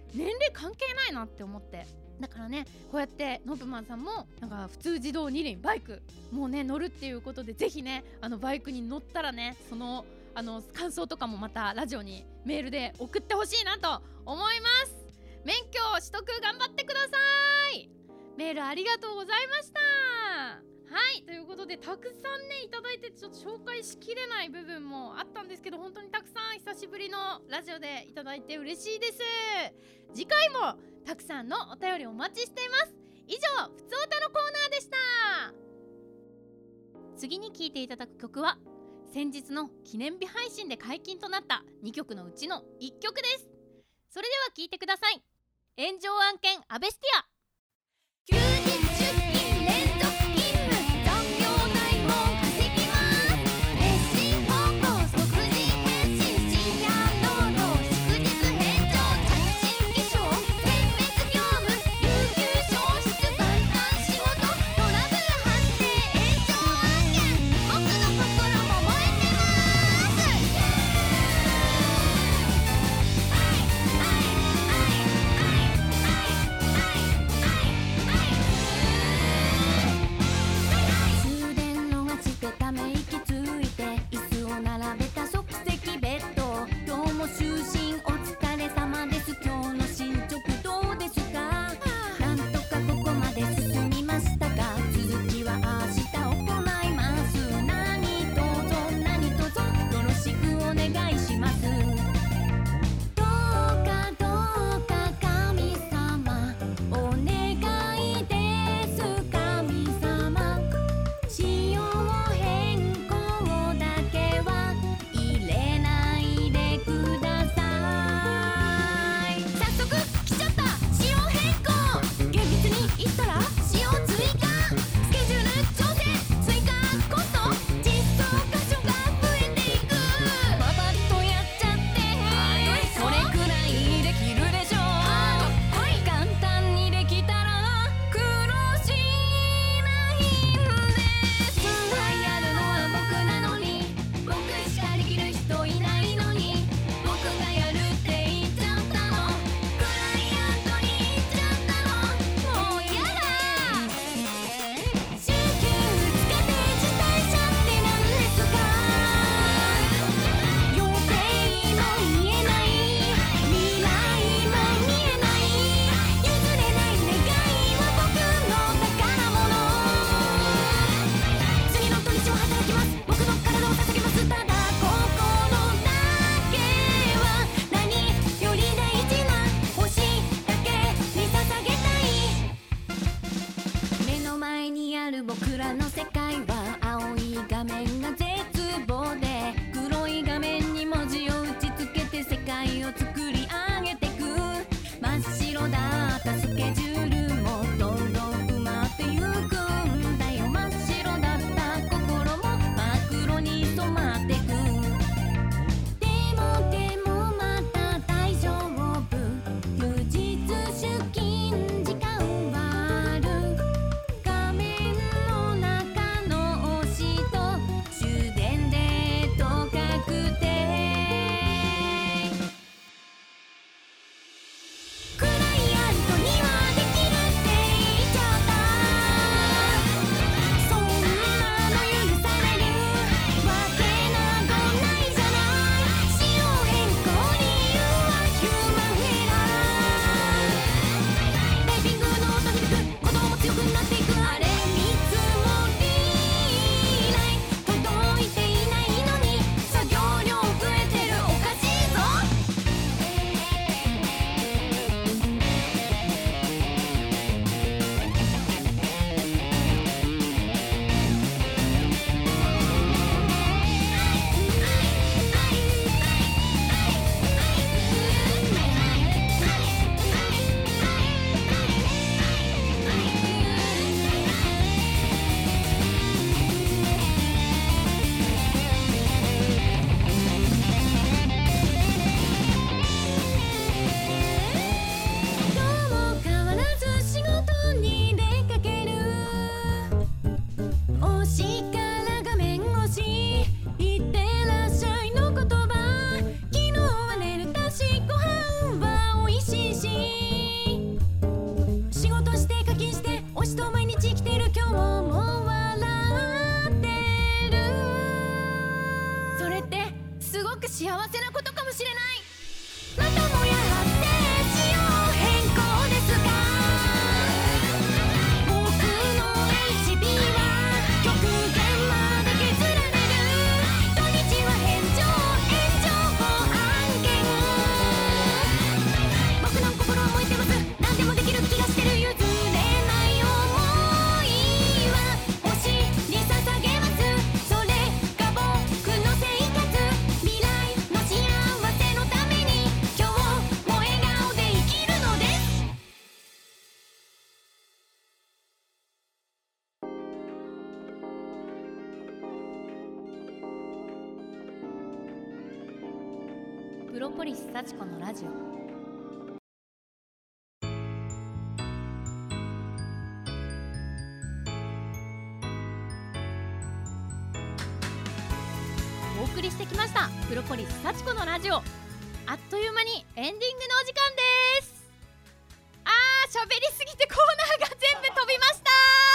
年齢関係ないなって思って、だからねこうやってノブマンさんもなんか普通自動二輪バイクもうね乗るっていうことで、ぜひねあのバイクに乗ったらねそのあの感想とかもまたラジオにメールで送ってほしいなと思います。免許取得頑張ってください。メールありがとうございました。はい、ということでたくさんねいただいて、ちょっと紹介しきれない部分もあったんですけど、本当にたくさん久しぶりのラジオでいただいて嬉しいです。次回もたくさんのお便りお待ちしています。以上、ふつおたのコーナーでした。次に聴いていただく曲は先日の記念日配信で解禁となったにきょくのうちのいっきょくです。それでは聴いてください。炎上案件アベスティア。休日出勤連続勤務、残業代も稼ぎます。熱心奉公即時返信、深夜労働祝日返上、着信化粧点滅業務、有給消失簡単仕事、トラブル発生炎上案件、僕の心も燃えてます。終電逃してため息ついて椅子を並べた即席ベッド、今日も就寝お疲れ様です。今日の進捗どうですか？なんとかここまで進みましたが、続きは明日行います。何卒何卒よろしくお願いします。どうかどうか神様お願いです。神様仕様変更だけは入れないでください。早速来ちゃった仕様変更。厳密に言ったら仕様追加、スケジュール調整追加コスト、実装箇所が増えていく。パパッとやっちゃって、それくらいできるでしょ。簡単にできたら苦労しないんです。やるのは僕なのに、僕しかできる人いないのに、僕がやるって言っちゃったの、クライアントに言っちゃったの、もうやだ。週休ふつかで辞退者ってなんですか？予定も言えない、未来も見えない、譲れない願いは僕の宝物。次の土日は働きます、僕の体を捧げます。ただ心だけは何より大事な星だけに捧げたい。目の前にある僕らの世界は青い画面が絶望で、黒い画面に文字を打ちつけて世界を作り上げてく。真っ白だったスケジュールもどんどん埋まってゆくんだよ。真っ白だった心も真っ黒に染まってく。でもでもまた大丈夫、休日出勤時間はある。画面の中ロポリス幸子のラジオ。お送りしてきましたプロポリス幸子のラジオ。あっという間にエンディングのお時間です。あー、喋りすぎてコーナーが全部飛びました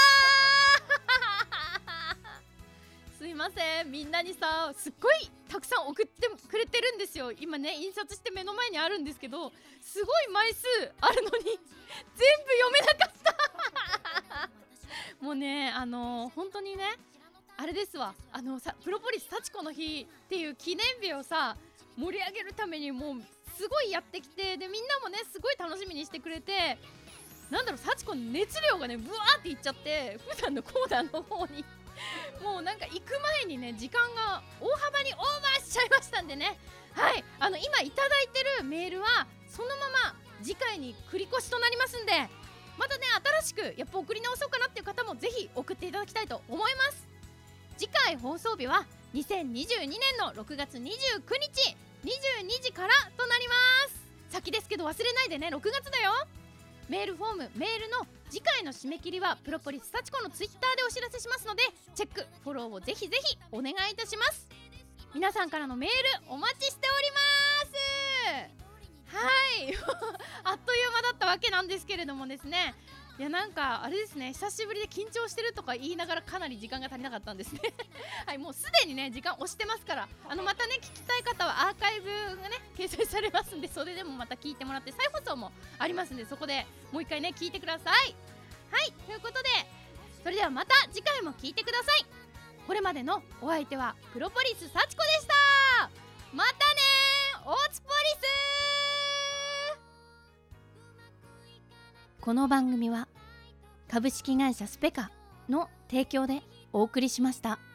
すいません、みんなにさすっごいたくさん送ってくれてるんですよ。今ね印刷して目の前にあるんですけど、すごい枚数あるのに全部読めなかったもうね、あのー、本当にねあれですわ、あのさプロポリス幸子の日っていう記念日をさ盛り上げるためにもうすごいやってきて、でみんなもねすごい楽しみにしてくれて、なんだろう、幸子の熱量がねブワーっていっちゃって、普段のコーナーの方にもうなんか行く前にね時間が大幅にオーバーしちゃいましたんでね。はい、あの今いただいてるメールはそのまま次回に繰り越しとなりますんで、またね新しくやっぱ送り直そうかなっていう方もぜひ送っていただきたいと思います。次回放送日はにせんにじゅうにねんのろくがつにじゅうくにちにじゅうにじからとなります。先ですけど忘れないでね、ろくがつだよ。メールフォーム、メールの次回の締め切りはプロポリス幸子のツイッターでお知らせしますので、チェックフォローをぜひぜひお願いいたします。皆さんからのメールお待ちしております。はいあっという間だったわけなんですけれどもですね、いやなんかあれですね、久しぶりで緊張してるとか言いながらかなり時間が足りなかったんですねはい、もうすでにね時間押してますから、あのまたね聞きたい方はアーカイブがね掲載されますんで、それでもまた聞いてもらって、再放送もありますんで、そこでもう一回ね聞いてください。はい、ということでそれではまた次回も聞いてください。これまでのお相手はプロポリス幸子でした。またねー、オーツポリス。この番組は株式会社スペカの提供でお送りしました。